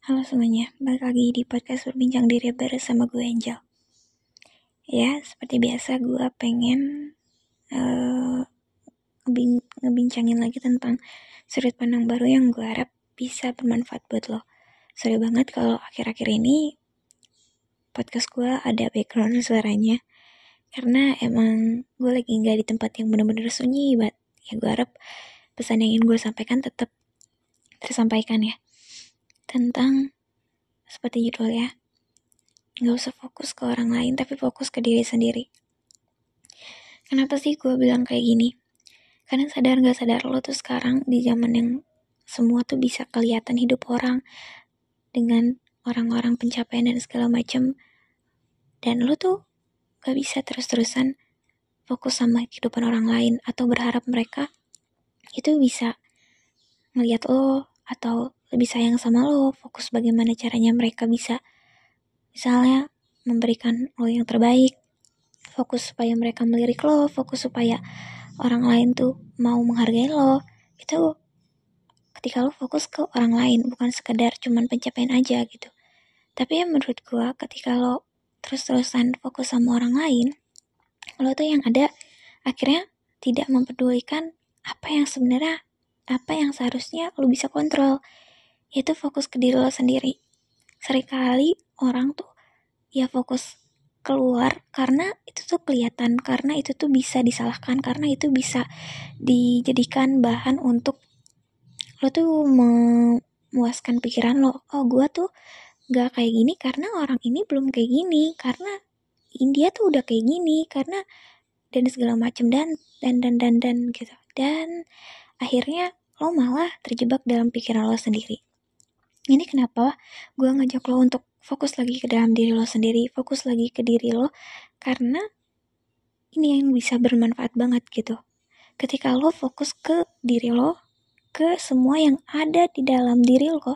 Halo semuanya, balik lagi di podcast Berbincang Diri bersama gue Angel. Ya, seperti biasa gue pengen ngebincangin lagi tentang sudut pandang baru yang gue harap bisa bermanfaat buat lo. Sorry banget kalau akhir-akhir ini podcast gue ada background suaranya, karena emang gue lagi gak di tempat yang bener-bener sunyi banget. Ya gue harap pesan yang ingin gue sampaikan tetap tersampaikan ya. Tentang seperti judulnya, gak usah fokus ke orang lain, tapi fokus ke diri sendiri. Kenapa sih gue bilang kayak gini? Karena sadar gak sadar lo tuh sekarang di zaman yang semua tuh bisa kelihatan hidup orang dengan orang-orang pencapaian dan segala macam. Dan lo tuh gak bisa terus-terusan fokus sama kehidupan orang lain atau berharap mereka itu bisa ngeliat lo atau lebih sayang sama lo. Fokus bagaimana caranya mereka bisa misalnya memberikan lo yang terbaik, fokus supaya mereka melirik lo, fokus supaya orang lain tuh mau menghargai lo. Itu ketika lo fokus ke orang lain, bukan sekedar cuman pencapaian aja gitu. Tapi ya menurut gue ketika lo terus-terusan fokus sama orang lain, lo tuh yang ada akhirnya tidak mempedulikan apa yang seharusnya lo bisa kontrol, yaitu fokus ke diri lo sendiri. Seringkali orang tuh ya fokus keluar karena itu tuh kelihatan, karena itu tuh bisa disalahkan, karena itu bisa dijadikan bahan untuk lo tuh memuaskan pikiran lo. Oh, gue tuh gak kayak gini karena orang ini belum kayak gini, karena India tuh udah kayak gini, karena dan segala macam dan gitu. Dan akhirnya lo malah terjebak dalam pikiran lo sendiri. Ini kenapa gue ngajak lo untuk fokus lagi ke dalam diri lo sendiri, fokus lagi ke diri lo, karena ini yang bisa bermanfaat banget gitu. Ketika lo fokus ke diri lo, ke semua yang ada di dalam diri lo,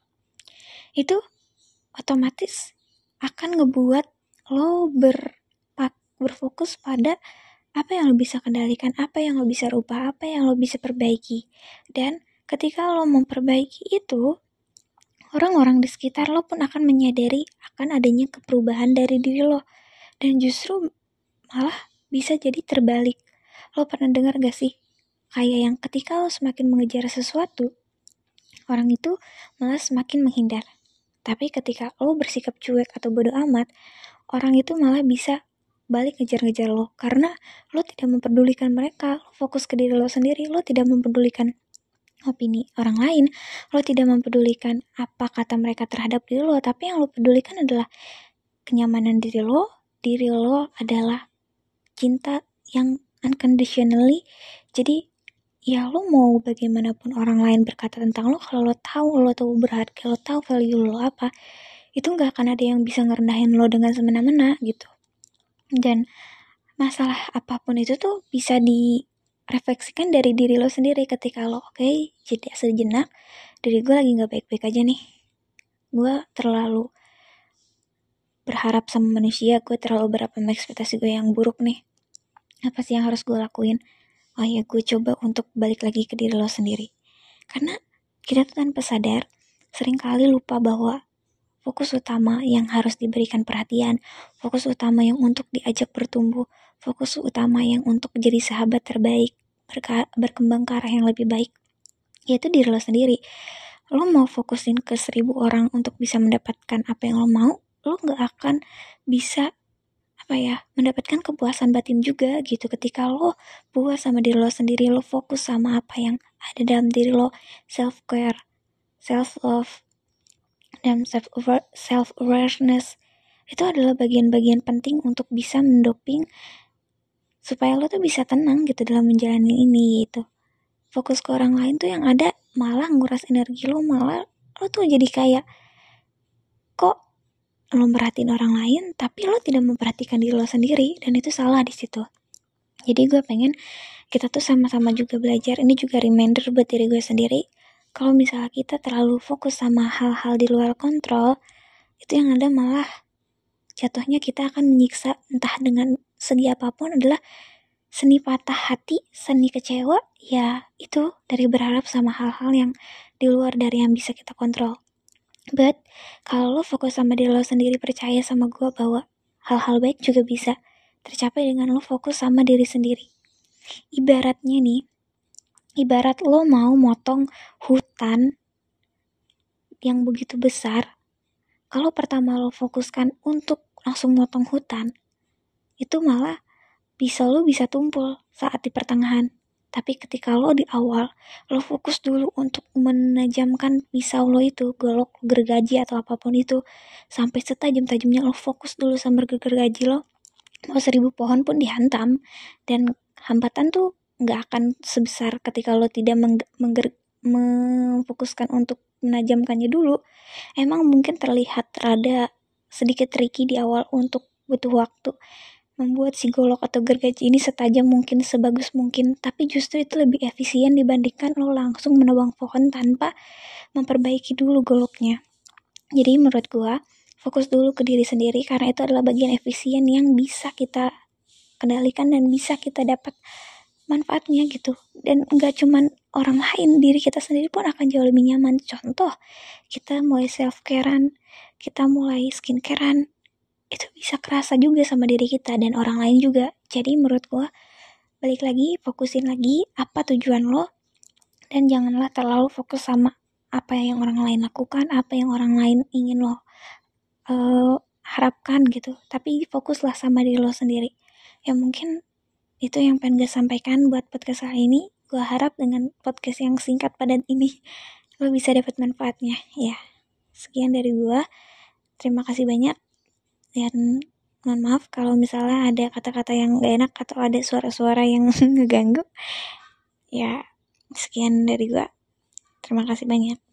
itu otomatis akan ngebuat lo berfokus pada apa yang lo bisa kendalikan, apa yang lo bisa rubah, apa yang lo bisa perbaiki. Dan ketika lo memperbaiki itu, orang-orang di sekitar lo pun akan menyadari akan adanya perubahan dari diri lo. Dan justru malah bisa jadi terbalik. Lo pernah dengar gak sih? Kayak yang ketika lo semakin mengejar sesuatu, orang itu malah semakin menghindar. Tapi ketika lo bersikap cuek atau bodoh amat, orang itu malah bisa balik ngejar-ngejar lo. Karena lo tidak memperdulikan mereka, lo fokus ke diri lo sendiri, lo tidak memperdulikan opini orang lain, lo tidak mempedulikan apa kata mereka terhadap diri lo, tapi yang lo pedulikan adalah kenyamanan diri lo. Diri lo adalah cinta yang unconditionally. Jadi ya lo mau bagaimanapun orang lain berkata tentang lo, kalau lo tahu berharga, lo tahu value lo apa, itu gak akan ada yang bisa ngerendahin lo dengan semena-mena gitu. Dan masalah apapun itu tuh bisa refleksikan dari diri lo sendiri. Ketika lo jeda sejenak, diri gue lagi gak baik-baik aja nih, gue terlalu berharap sama manusia, gue terlalu berharap sama ekspektasi gue yang buruk nih, apa sih yang harus gue lakuin? Oh ya, gue coba untuk balik lagi ke diri lo sendiri. Karena kita tuh tanpa sadar seringkali lupa bahwa fokus utama yang harus diberikan perhatian, fokus utama yang untuk diajak bertumbuh, fokus utama yang untuk jadi sahabat terbaik, berkembang ke arah yang lebih baik, yaitu diri lo sendiri. Lo mau fokusin ke 1000 orang untuk bisa mendapatkan apa yang lo mau, lo gak akan bisa mendapatkan kepuasan batin juga gitu. Ketika lo puas sama diri lo sendiri, lo fokus sama apa yang ada dalam diri lo, self-care, self-love, dan self-awareness, itu adalah bagian-bagian penting untuk bisa mendoping supaya lo tuh bisa tenang gitu dalam menjalani ini gitu. Fokus ke orang lain tuh yang ada malah nguras energi lo, malah lo tuh jadi kayak kok lo merhatiin orang lain tapi lo tidak memperhatikan diri lo sendiri, dan itu salah di situ. Jadi gue pengen kita tuh sama-sama juga belajar. Ini juga reminder buat diri gue sendiri. Kalau misalnya kita terlalu fokus sama hal-hal di luar kontrol, itu yang ada malah jatuhnya kita akan menyiksa, entah dengan segi apapun, adalah seni patah hati, seni kecewa, ya itu dari berharap sama hal-hal yang di luar dari yang bisa kita kontrol. But kalau lo fokus sama diri lo sendiri, percaya sama gue bahwa hal-hal baik juga bisa tercapai dengan lo fokus sama diri sendiri. Ibaratnya nih, ibarat lo mau motong hutan yang begitu besar, kalau pertama lo fokuskan untuk langsung motong hutan, itu malah pisau lo bisa tumpul saat di pertengahan. Tapi ketika lo di awal, lo fokus dulu untuk menajamkan pisau lo itu, golok, gergaji atau apapun itu, sampai setajam-tajamnya lo fokus dulu sama gergaji lo, mau 1000 pohon pun dihantam. Dan hambatan tuh gak akan sebesar ketika lo tidak memfokuskan untuk menajamkannya dulu. Emang mungkin terlihat rada sedikit tricky di awal untuk butuh waktu membuat si golok atau gergaji ini setajam mungkin, sebagus mungkin, tapi justru itu lebih efisien dibandingkan lo langsung menebang pohon tanpa memperbaiki dulu goloknya. Jadi menurut gua, fokus dulu ke diri sendiri karena itu adalah bagian efisien yang bisa kita kendalikan dan bisa kita dapat manfaatnya gitu. Dan enggak cuman orang lain, diri kita sendiri pun akan jauh lebih nyaman. Contoh, kita mulai self-carean, kita mulai skincarean, itu bisa kerasa juga sama diri kita dan orang lain juga. Jadi menurut gue, balik lagi, fokusin lagi apa tujuan lo, dan janganlah terlalu fokus sama apa yang orang lain lakukan, apa yang orang lain ingin lo harapkan gitu. Tapi fokuslah sama diri lo sendiri. Ya mungkin itu yang pengen gue sampaikan buat podcast kali ini. Gue harap dengan podcast yang singkat padat ini lo bisa dapat manfaatnya. Ya, sekian dari gue. Terima kasih banyak. Dan mohon maaf kalau misalnya ada kata-kata yang gak enak atau ada suara-suara yang ngeganggu. Ya, sekian dari gua. Terima kasih banyak.